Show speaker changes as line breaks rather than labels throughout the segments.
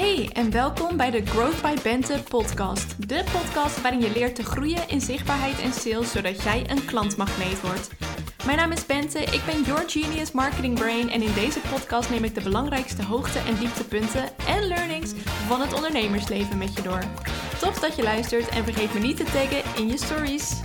Hey en welkom bij de Growth by Bente podcast. De podcast waarin je leert te groeien in zichtbaarheid en sales, zodat jij een klantmagneet wordt. Mijn naam is Bente, ik ben Your Genius Marketing Brain en in deze podcast neem ik de belangrijkste hoogte- en dieptepunten en learnings van het ondernemersleven met je door. Tof dat je luistert en vergeet me niet te taggen in je stories.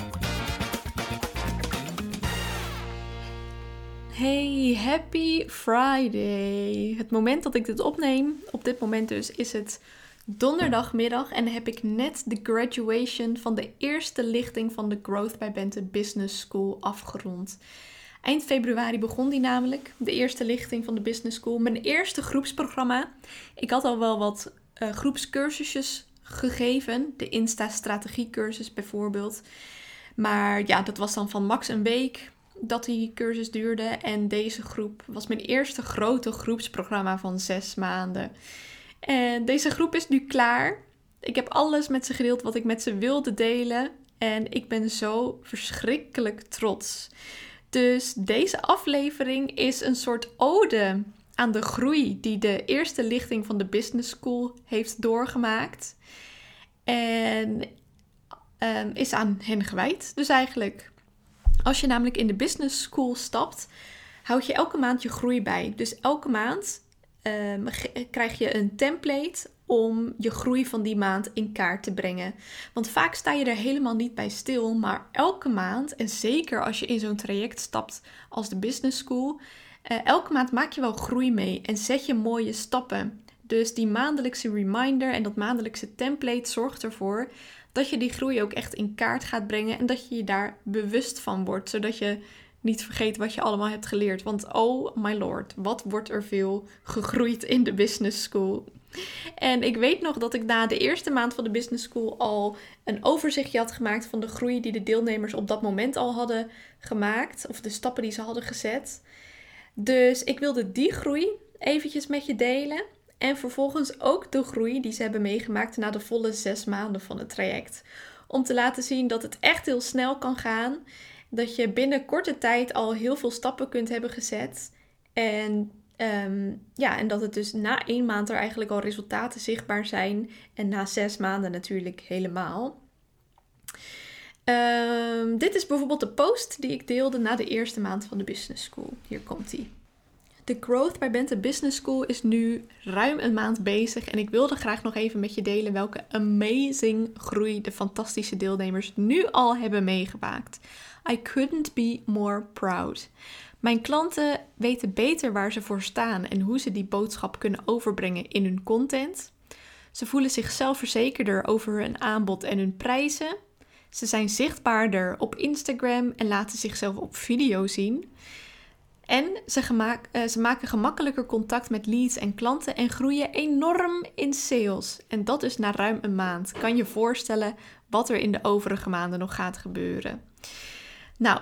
Hey, happy Friday! Het moment dat ik dit opneem, op dit moment dus, is het donderdagmiddag en heb ik net de graduation van de eerste lichting van de Growth by Bente Business School afgerond. Eind februari begon die namelijk, de eerste lichting van de Business School, mijn eerste groepsprogramma. Ik had al wel wat groepscursusjes gegeven, de Insta-strategiecursus bijvoorbeeld. Maar ja, dat was dan van max een week dat die cursus duurde. En deze groep was mijn eerste grote groepsprogramma van 6 maanden. En deze groep is nu klaar. Ik heb alles met ze gedeeld wat ik met ze wilde delen. En ik ben zo verschrikkelijk trots. Dus deze aflevering is een soort ode aan de groei die de eerste lichting van de Business School heeft doorgemaakt. En is aan hen gewijd dus eigenlijk. Als je namelijk in de Business School stapt, houd je elke maand je groei bij. Dus elke maand krijg je een template om je groei van die maand in kaart te brengen. Want vaak sta je er helemaal niet bij stil, maar elke maand, en zeker als je in zo'n traject stapt als de Business School, elke maand maak je wel groei mee en zet je mooie stappen. Dus die maandelijkse reminder en dat maandelijkse template zorgt ervoor dat je die groei ook echt in kaart gaat brengen en dat je je daar bewust van wordt, zodat je niet vergeet wat je allemaal hebt geleerd. Want oh my lord, wat wordt er veel gegroeid in de Business School. En ik weet nog dat ik na de eerste maand van de Business School al een overzichtje had gemaakt van de groei die de deelnemers op dat moment al hadden gemaakt, of de stappen die ze hadden gezet. Dus ik wilde die groei eventjes met je delen. En vervolgens ook de groei die ze hebben meegemaakt na de volle 6 maanden van het traject. Om te laten zien dat het echt heel snel kan gaan. Dat je binnen korte tijd al heel veel stappen kunt hebben gezet. En dat het dus na 1 maand er eigenlijk al resultaten zichtbaar zijn. En na 6 maanden natuurlijk helemaal. Dit is bijvoorbeeld de post die ik deelde na de eerste maand van de Business School. Hier komt die. De Growth by Bente Business School is nu ruim een maand bezig en ik wilde graag nog even met je delen welke amazing groei de fantastische deelnemers nu al hebben meegemaakt. I couldn't be more proud. Mijn klanten weten beter waar ze voor staan en hoe ze die boodschap kunnen overbrengen in hun content. Ze voelen zich zelfverzekerder over hun aanbod en hun prijzen. Ze zijn zichtbaarder op Instagram en laten zichzelf op video zien. En ze maken gemakkelijker contact met leads en klanten en groeien enorm in sales. En dat is na ruim een maand. Kan je voorstellen wat er in de overige maanden nog gaat gebeuren. Nou,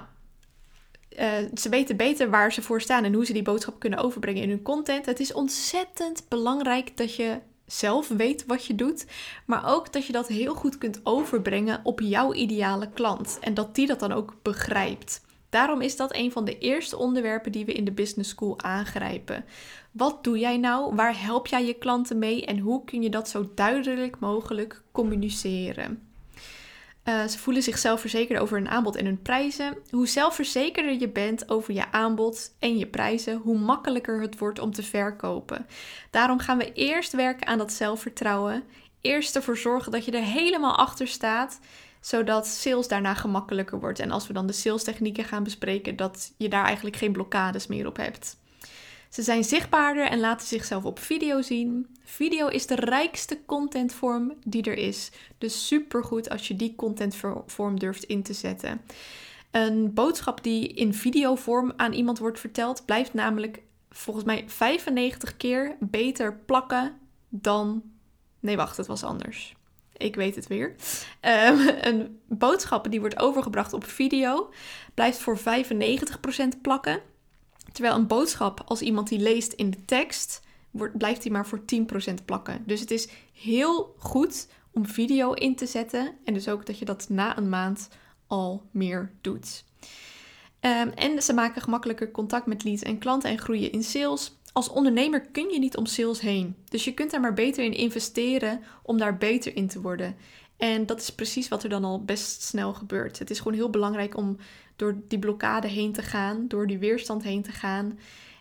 ze weten beter waar ze voor staan en hoe ze die boodschap kunnen overbrengen in hun content. Het is ontzettend belangrijk dat je zelf weet wat je doet, maar ook dat je dat heel goed kunt overbrengen op jouw ideale klant. En dat die dat dan ook begrijpt. Daarom is dat een van de eerste onderwerpen die we in de Business School aangrijpen. Wat doe jij nou? Waar help jij je klanten mee? En hoe kun je dat zo duidelijk mogelijk communiceren? Ze voelen zich zelfverzekerd over hun aanbod en hun prijzen. Hoe zelfverzekerder je bent over je aanbod en je prijzen, hoe makkelijker het wordt om te verkopen. Daarom gaan we eerst werken aan dat zelfvertrouwen. Eerst ervoor zorgen dat je er helemaal achter staat, zodat sales daarna gemakkelijker wordt. En als we dan de sales technieken gaan bespreken, dat je daar eigenlijk geen blokkades meer op hebt. Ze zijn zichtbaarder en laten zichzelf op video zien. Video is de rijkste contentvorm die er is. Dus supergoed als je die contentvorm durft in te zetten. Een boodschap die in videovorm aan iemand wordt verteld, blijft namelijk volgens mij 95 keer beter plakken dan... Nee, wacht, het was anders. Ik weet het weer. Een boodschap die wordt overgebracht op video blijft voor 95% plakken. Terwijl een boodschap, als iemand die leest in de tekst, blijft die maar voor 10% plakken. Dus het is heel goed om video in te zetten. En dus ook dat je dat na een maand al meer doet. En ze maken gemakkelijker contact met leads en klanten en groeien in sales. als ondernemer kun je niet om sales heen. Dus je kunt daar maar beter in investeren om daar beter in te worden. En dat is precies wat er dan al best snel gebeurt. Het is gewoon heel belangrijk om door die blokkade heen te gaan, door die weerstand heen te gaan.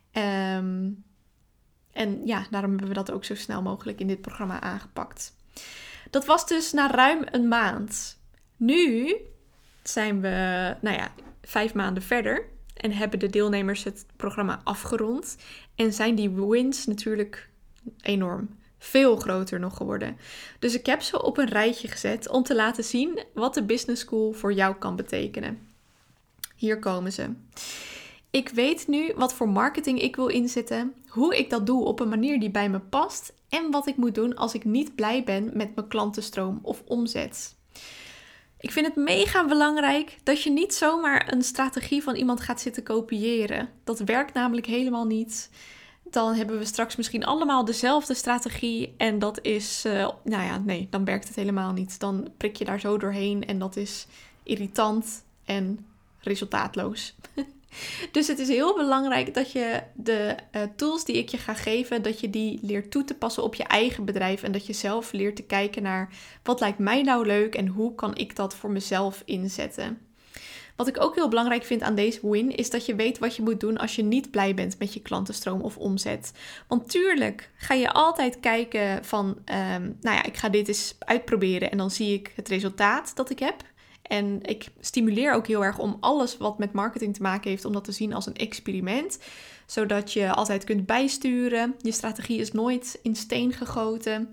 En ja, daarom hebben we dat ook zo snel mogelijk in dit programma aangepakt. Dat was dus na ruim een maand. Nu zijn we, 5 maanden verder en hebben de deelnemers het programma afgerond. En zijn die wins natuurlijk enorm. Veel groter nog geworden. Dus ik heb ze op een rijtje gezet om te laten zien wat de Business School voor jou kan betekenen. Hier komen ze. Ik weet nu wat voor marketing ik wil inzetten, hoe ik dat doe op een manier die bij me past en wat ik moet doen als ik niet blij ben met mijn klantenstroom of omzet. Ik vind het mega belangrijk dat je niet zomaar een strategie van iemand gaat zitten kopiëren. Dat werkt namelijk helemaal niet. Dan hebben we straks misschien allemaal dezelfde strategie en dat is, nee, dan werkt het helemaal niet. Dan prik je daar zo doorheen en dat is irritant en resultaatloos. Dus het is heel belangrijk dat je de tools die ik je ga geven, dat je die leert toe te passen op je eigen bedrijf. En dat je zelf leert te kijken naar wat lijkt mij nou leuk en hoe kan ik dat voor mezelf inzetten. Wat ik ook heel belangrijk vind aan deze win is dat je weet wat je moet doen als je niet blij bent met je klantenstroom of omzet. Want tuurlijk ga je altijd kijken van, ik ga dit eens uitproberen en dan zie ik het resultaat dat ik heb. En ik stimuleer ook heel erg om alles wat met marketing te maken heeft, om dat te zien als een experiment. Zodat je altijd kunt bijsturen. Je strategie is nooit in steen gegoten.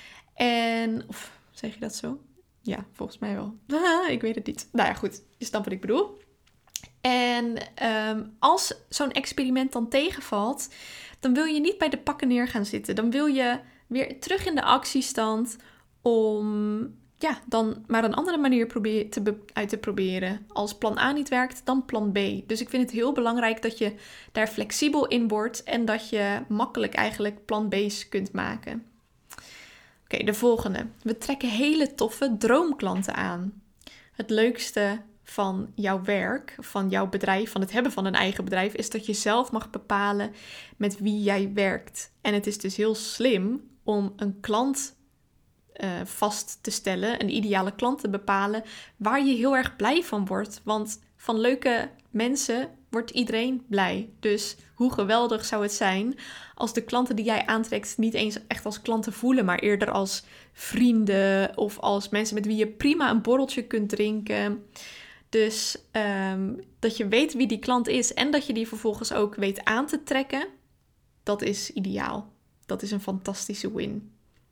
Of zeg je dat zo? Ja, volgens mij wel. Ik weet het niet. Nou ja, goed. Je snapt wat ik bedoel. En als zo'n experiment dan tegenvalt, dan wil je niet bij de pakken neer gaan zitten. Dan wil je weer terug in de actiestand om dan maar een andere manier uit te proberen. Als plan A niet werkt, dan plan B. Dus ik vind het heel belangrijk dat je daar flexibel in wordt en dat je makkelijk eigenlijk plan B's kunt maken. Oké, de volgende. We trekken hele toffe droomklanten aan. Het leukste van jouw werk, van jouw bedrijf, van het hebben van een eigen bedrijf, is dat je zelf mag bepalen met wie jij werkt. En het is dus heel slim om een klant vast te stellen, een ideale klant te bepalen, waar je heel erg blij van wordt. Want van leuke mensen wordt iedereen blij. Dus hoe geweldig zou het zijn als de klanten die jij aantrekt niet eens echt als klanten voelen, maar eerder als vrienden of als mensen met wie je prima een borreltje kunt drinken. Dus dat je weet wie die klant is en dat je die vervolgens ook weet aan te trekken, dat is ideaal. Dat is een fantastische win.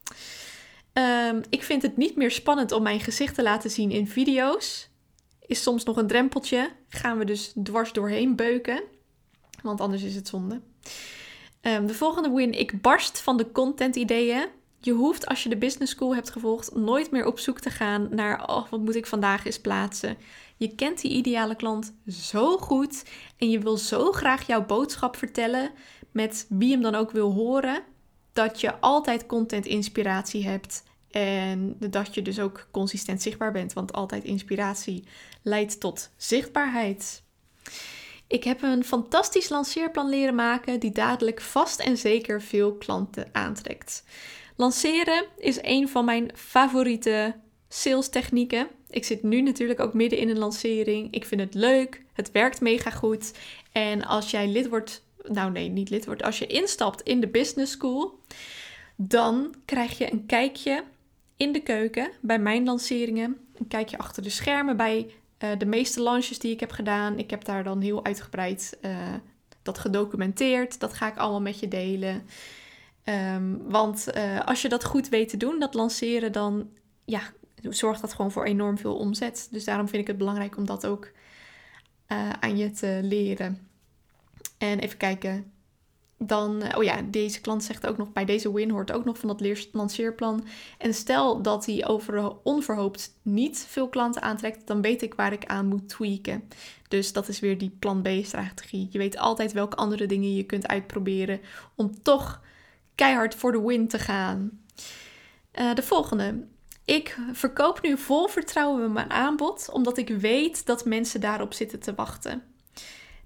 Ik vind het niet meer spannend om mijn gezicht te laten zien in video's. Is soms nog een drempeltje. Gaan we dus dwars doorheen beuken. Want anders is het zonde. De volgende win. Ik barst van de content ideeën. Je hoeft als je de Business School hebt gevolgd nooit meer op zoek te gaan naar wat moet ik vandaag eens plaatsen. Je kent die ideale klant zo goed. En je wil zo graag jouw boodschap vertellen met wie hem dan ook wil horen. Dat je altijd content inspiratie hebt en dat je dus ook consistent zichtbaar bent. Want altijd inspiratie leidt tot zichtbaarheid. Ik heb een fantastisch lanceerplan leren maken die dadelijk vast en zeker veel klanten aantrekt. Lanceren is een van mijn favoriete sales technieken. Ik zit nu natuurlijk ook midden in een lancering. Ik vind het leuk, het werkt mega goed. En als jij als je instapt in de Business School, dan krijg je een kijkje in de keuken bij mijn lanceringen. Een kijkje achter de schermen bij de meeste launches die ik heb gedaan. Ik heb daar dan heel uitgebreid dat gedocumenteerd. Dat ga ik allemaal met je delen. Want als je dat goed weet te doen, dat lanceren, dan zorgt dat gewoon voor enorm veel omzet. Dus daarom vind ik het belangrijk om dat ook aan je te leren. En even kijken. Dan, deze klant zegt ook nog, bij deze win hoort ook nog van dat lanceerplan. En stel dat hij onverhoopt niet veel klanten aantrekt, dan weet ik waar ik aan moet tweaken. Dus dat is weer die plan B-strategie. Je weet altijd welke andere dingen je kunt uitproberen om toch keihard voor de win te gaan. De volgende. Ik verkoop nu vol vertrouwen mijn aanbod, omdat ik weet dat mensen daarop zitten te wachten.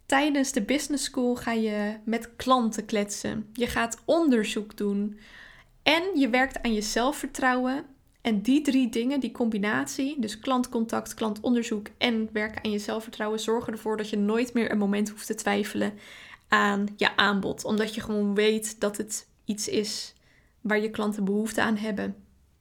Tijdens de business school ga je met klanten kletsen. Je gaat onderzoek doen. En je werkt aan je zelfvertrouwen. En die 3 dingen, die combinatie, dus klantcontact, klantonderzoek en werken aan je zelfvertrouwen, zorgen ervoor dat je nooit meer een moment hoeft te twijfelen aan je aanbod. Omdat je gewoon weet dat het iets is waar je klanten behoefte aan hebben.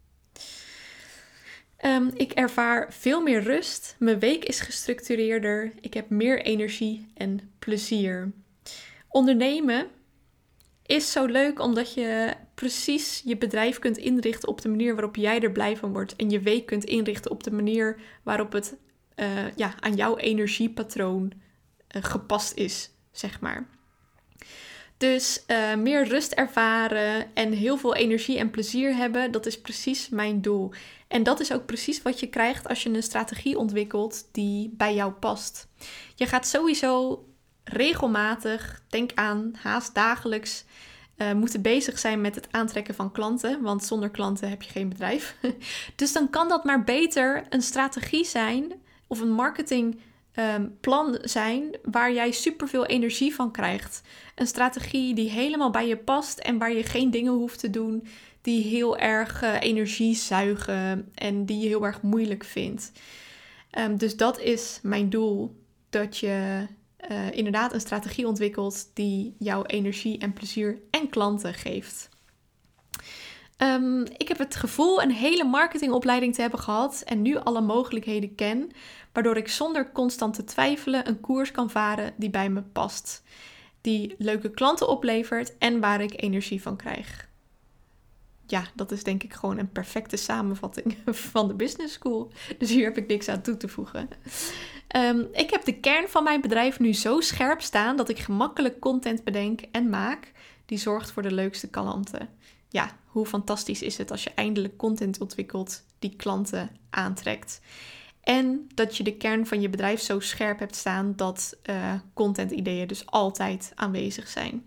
Ik ervaar veel meer rust. Mijn week is gestructureerder. Ik heb meer energie en plezier. Ondernemen is zo leuk omdat je precies je bedrijf kunt inrichten op de manier waarop jij er blij van wordt. En je week kunt inrichten op de manier waarop het aan jouw energiepatroon gepast is, zeg maar. Dus meer rust ervaren en heel veel energie en plezier hebben, dat is precies mijn doel. En dat is ook precies wat je krijgt als je een strategie ontwikkelt die bij jou past. Je gaat sowieso regelmatig, denk aan haast dagelijks, moeten bezig zijn met het aantrekken van klanten. Want zonder klanten heb je geen bedrijf. Dus dan kan dat maar beter een strategie zijn of een marketingplan zijn waar jij superveel energie van krijgt. Een strategie die helemaal bij je past en waar je geen dingen hoeft te doen die heel erg energie zuigen en die je heel erg moeilijk vindt. Dus dat is mijn doel, dat je inderdaad een strategie ontwikkelt die jouw energie en plezier en klanten geeft. Ik heb het gevoel een hele marketingopleiding te hebben gehad en nu alle mogelijkheden ken, waardoor ik zonder constant te twijfelen een koers kan varen die bij me past. Die leuke klanten oplevert en waar ik energie van krijg. Ja, dat is denk ik gewoon een perfecte samenvatting van de business school. Dus hier heb ik niks aan toe te voegen. Ik heb de kern van mijn bedrijf nu zo scherp staan dat ik gemakkelijk content bedenk en maak die zorgt voor de leukste klanten. Ja, hoe fantastisch is het als je eindelijk content ontwikkelt die klanten aantrekt. En dat je de kern van je bedrijf zo scherp hebt staan dat content-ideeën dus altijd aanwezig zijn.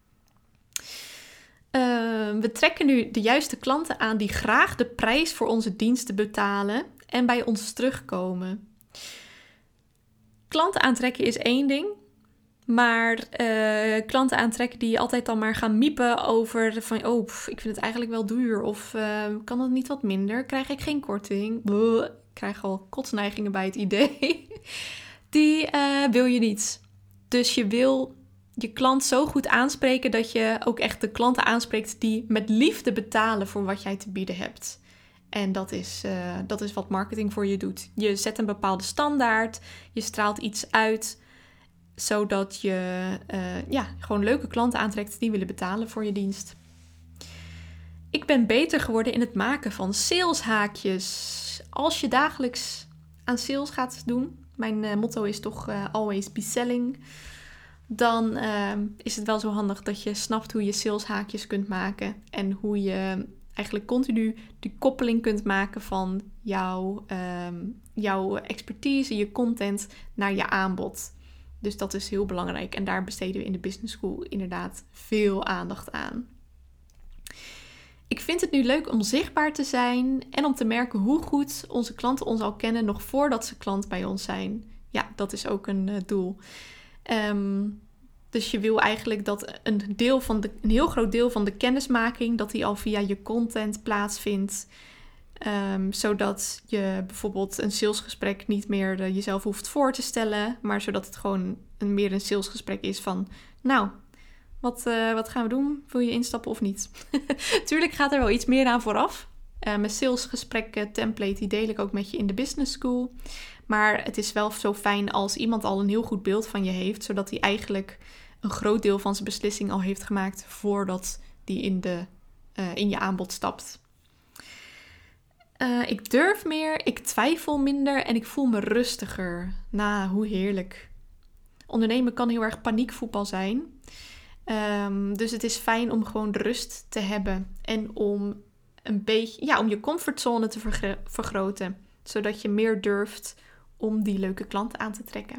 We trekken nu de juiste klanten aan die graag de prijs voor onze diensten betalen en bij ons terugkomen. Klanten aantrekken is één ding, maar klanten aantrekken die altijd dan maar gaan miepen over van ik vind het eigenlijk wel duur of kan het niet wat minder? Krijg ik geen korting? Ik krijg al kotsneigingen bij het idee. Die wil je niet. Dus je wil je klant zo goed aanspreken dat je ook echt de klanten aanspreekt die met liefde betalen voor wat jij te bieden hebt. En dat is wat marketing voor je doet. Je zet een bepaalde standaard, je straalt iets uit, zodat je gewoon leuke klanten aantrekt die willen betalen voor je dienst. Ik ben beter geworden in het maken van saleshaakjes. Als je dagelijks aan sales gaat doen, mijn motto is toch always be selling, dan is het wel zo handig dat je snapt hoe je saleshaakjes kunt maken en hoe je eigenlijk continu die koppeling kunt maken van jouw expertise, je content naar je aanbod. Dus dat is heel belangrijk en daar besteden we in de business school inderdaad veel aandacht aan. Ik vind het nu leuk om zichtbaar te zijn en om te merken hoe goed onze klanten ons al kennen nog voordat ze klant bij ons zijn. Ja, dat is ook een doel. Dus je wil eigenlijk dat een heel groot deel van de kennismaking, dat die al via je content plaatsvindt. Zodat je bijvoorbeeld een salesgesprek niet meer jezelf hoeft voor te stellen, maar zodat het gewoon meer een salesgesprek is van, nou, wat gaan we doen? Wil je instappen of niet? Tuurlijk gaat er wel iets meer aan vooraf. Mijn salesgesprek template die deel ik ook met je in de business school. Maar het is wel zo fijn als iemand al een heel goed beeld van je heeft, zodat hij eigenlijk een groot deel van zijn beslissing al heeft gemaakt voordat die in je aanbod stapt. Ik durf meer, ik twijfel minder en ik voel me rustiger. Nou, hoe heerlijk. Ondernemen kan heel erg paniekvoetbal zijn. Dus het is fijn om gewoon de rust te hebben en om om je comfortzone te vergroten, zodat je meer durft om die leuke klanten aan te trekken.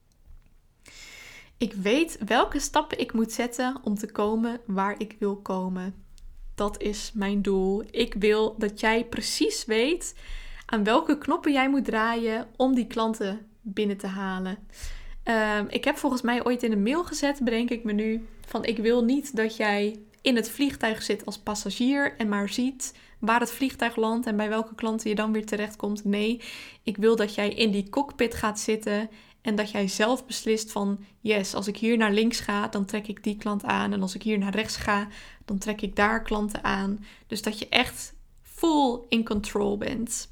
Ik weet welke stappen ik moet zetten om te komen waar ik wil komen. Dat is mijn doel. Ik wil dat jij precies weet aan welke knoppen jij moet draaien om die klanten binnen te halen. Ik heb volgens mij ooit in een mail gezet, bedenk ik me nu, van ik wil niet dat jij in het vliegtuig zit als passagier en maar ziet waar het vliegtuig landt en bij welke klanten je dan weer terechtkomt. Nee, ik wil dat jij in die cockpit gaat zitten en dat jij zelf beslist van yes, als ik hier naar links ga, dan trek ik die klant aan. En als ik hier naar rechts ga, dan trek ik daar klanten aan. Dus dat je echt full in control bent.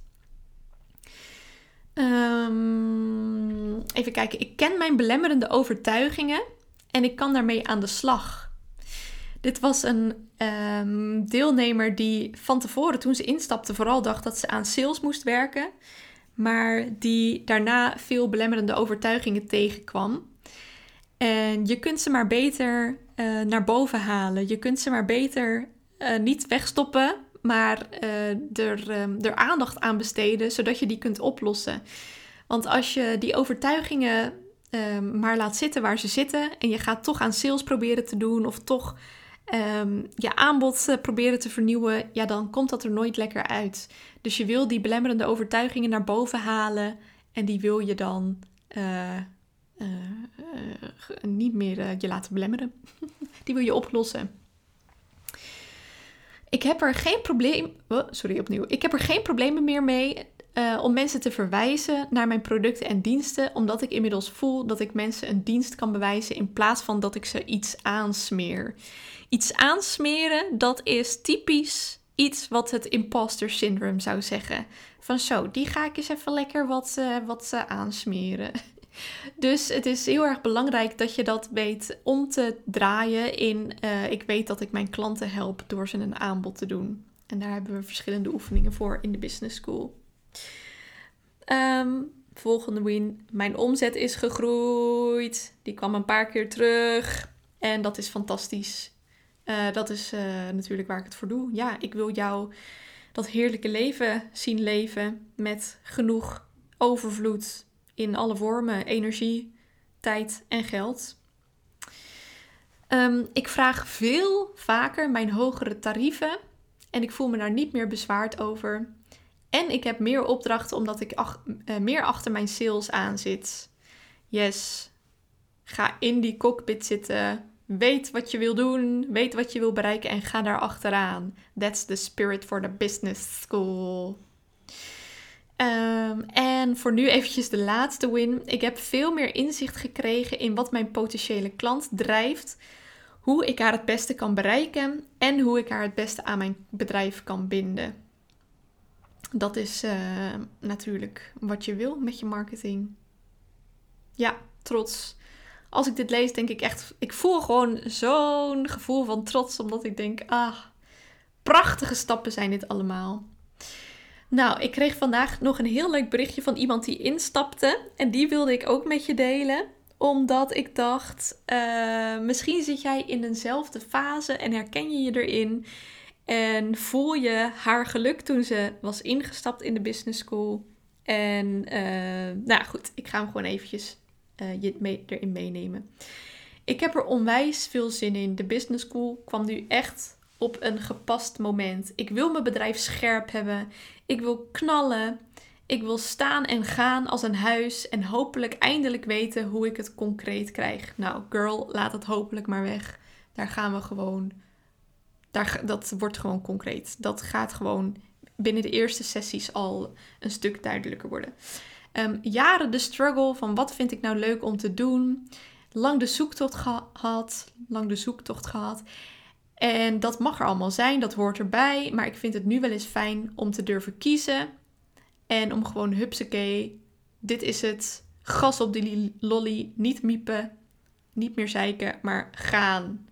Even kijken. Ik ken mijn belemmerende overtuigingen en ik kan daarmee aan de slag. Dit was een deelnemer die van tevoren, toen ze instapte, vooral dacht dat ze aan sales moest werken. Maar die daarna veel belemmerende overtuigingen tegenkwam. En je kunt ze maar beter naar boven halen. Je kunt ze maar beter niet wegstoppen, maar er aandacht aan besteden, zodat je die kunt oplossen. Want als je die overtuigingen maar laat zitten waar ze zitten en je gaat toch aan sales proberen te doen of toch je aanbod proberen te vernieuwen, ja, dan komt dat er nooit lekker uit. Dus je wil die belemmerende overtuigingen naar boven halen en die wil je dan niet meer je laten belemmeren. Die wil je oplossen. Ik heb er geen problemen meer mee om mensen te verwijzen naar mijn producten en diensten, omdat ik inmiddels voel dat ik mensen een dienst kan bewijzen in plaats van dat ik ze iets aansmeer. Iets aansmeren, dat is typisch iets wat het imposter syndrome zou zeggen. Van zo, die ga ik eens even lekker wat aansmeren. Dus het is heel erg belangrijk dat je dat weet om te draaien in ik weet dat ik mijn klanten help door ze een aanbod te doen. En daar hebben we verschillende oefeningen voor in de Business School. Volgende win. Mijn omzet is gegroeid. Die kwam een paar keer terug. En dat is fantastisch. Dat is natuurlijk waar ik het voor doe. Ja, ik wil jou dat heerlijke leven zien leven met genoeg overvloed in alle vormen, energie, tijd en geld. Ik vraag veel vaker mijn hogere tarieven en ik voel me daar niet meer bezwaard over. En ik heb meer opdrachten omdat ik meer achter mijn sales aan zit. Yes, ga in die cockpit zitten. Weet wat je wil doen, weet wat je wil bereiken en ga daar achteraan. That's the spirit for the business school. En voor nu eventjes de laatste win. Ik heb veel meer inzicht gekregen in wat mijn potentiële klant drijft, hoe ik haar het beste kan bereiken en hoe ik haar het beste aan mijn bedrijf kan binden. Dat is natuurlijk wat je wil met je marketing. Ja, trots. Als ik dit lees, denk ik echt, ik voel gewoon zo'n gevoel van trots, omdat ik denk, prachtige stappen zijn dit allemaal. Nou, ik kreeg vandaag nog een heel leuk berichtje van iemand die instapte. En die wilde ik ook met je delen. Omdat ik dacht, misschien zit jij in eenzelfde fase en herken je je erin. En voel je haar geluk toen ze was ingestapt in de business school. En nou goed, ik ga hem gewoon eventjes erin meenemen. Ik heb er onwijs veel zin in. De business school kwam nu echt op een gepast moment. Ik wil mijn bedrijf scherp hebben. Ik wil knallen. Ik wil staan en gaan als een huis. En hopelijk eindelijk weten hoe ik het concreet krijg. Nou, girl, laat het hopelijk maar weg. Daar gaan we gewoon. Dat wordt gewoon concreet. Dat gaat gewoon binnen de eerste sessies al een stuk duidelijker worden. Jaren de struggle van wat vind ik nou leuk om te doen. Lang de zoektocht gehad. En dat mag er allemaal zijn, dat hoort erbij. Maar ik vind het nu wel eens fijn om te durven kiezen. En om gewoon hupsakee, dit is het. Gas op die lolly, niet miepen, niet meer zeiken, maar gaan.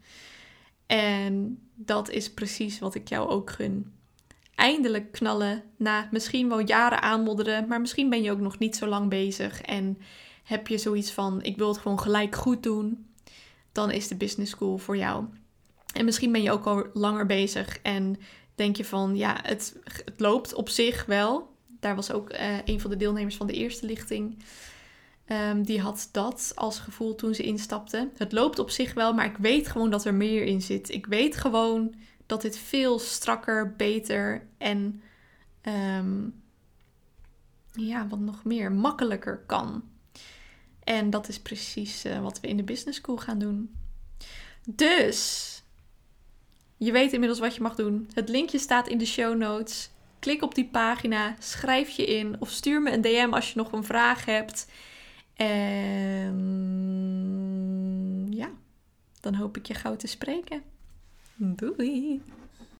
En dat is precies wat ik jou ook gun. Eindelijk knallen, na misschien wel jaren aanmodderen, maar misschien ben je ook nog niet zo lang bezig. En heb je zoiets van, ik wil het gewoon gelijk goed doen. Dan is de business school voor jou. En misschien ben je ook al langer bezig en denk je van, ja, het loopt op zich wel. Daar was ook een van de deelnemers van de eerste lichting. Die had dat als gevoel toen ze instapte. Het loopt op zich wel, maar ik weet gewoon dat er meer in zit. Ik weet gewoon dat dit veel strakker, beter en wat nog meer, makkelijker kan. En dat is precies wat we in de business school gaan doen. Dus, je weet inmiddels wat je mag doen. Het linkje staat in de show notes. Klik op die pagina, schrijf je in of stuur me een DM als je nog een vraag hebt. En ja, dan hoop ik je gauw te spreken. Doei!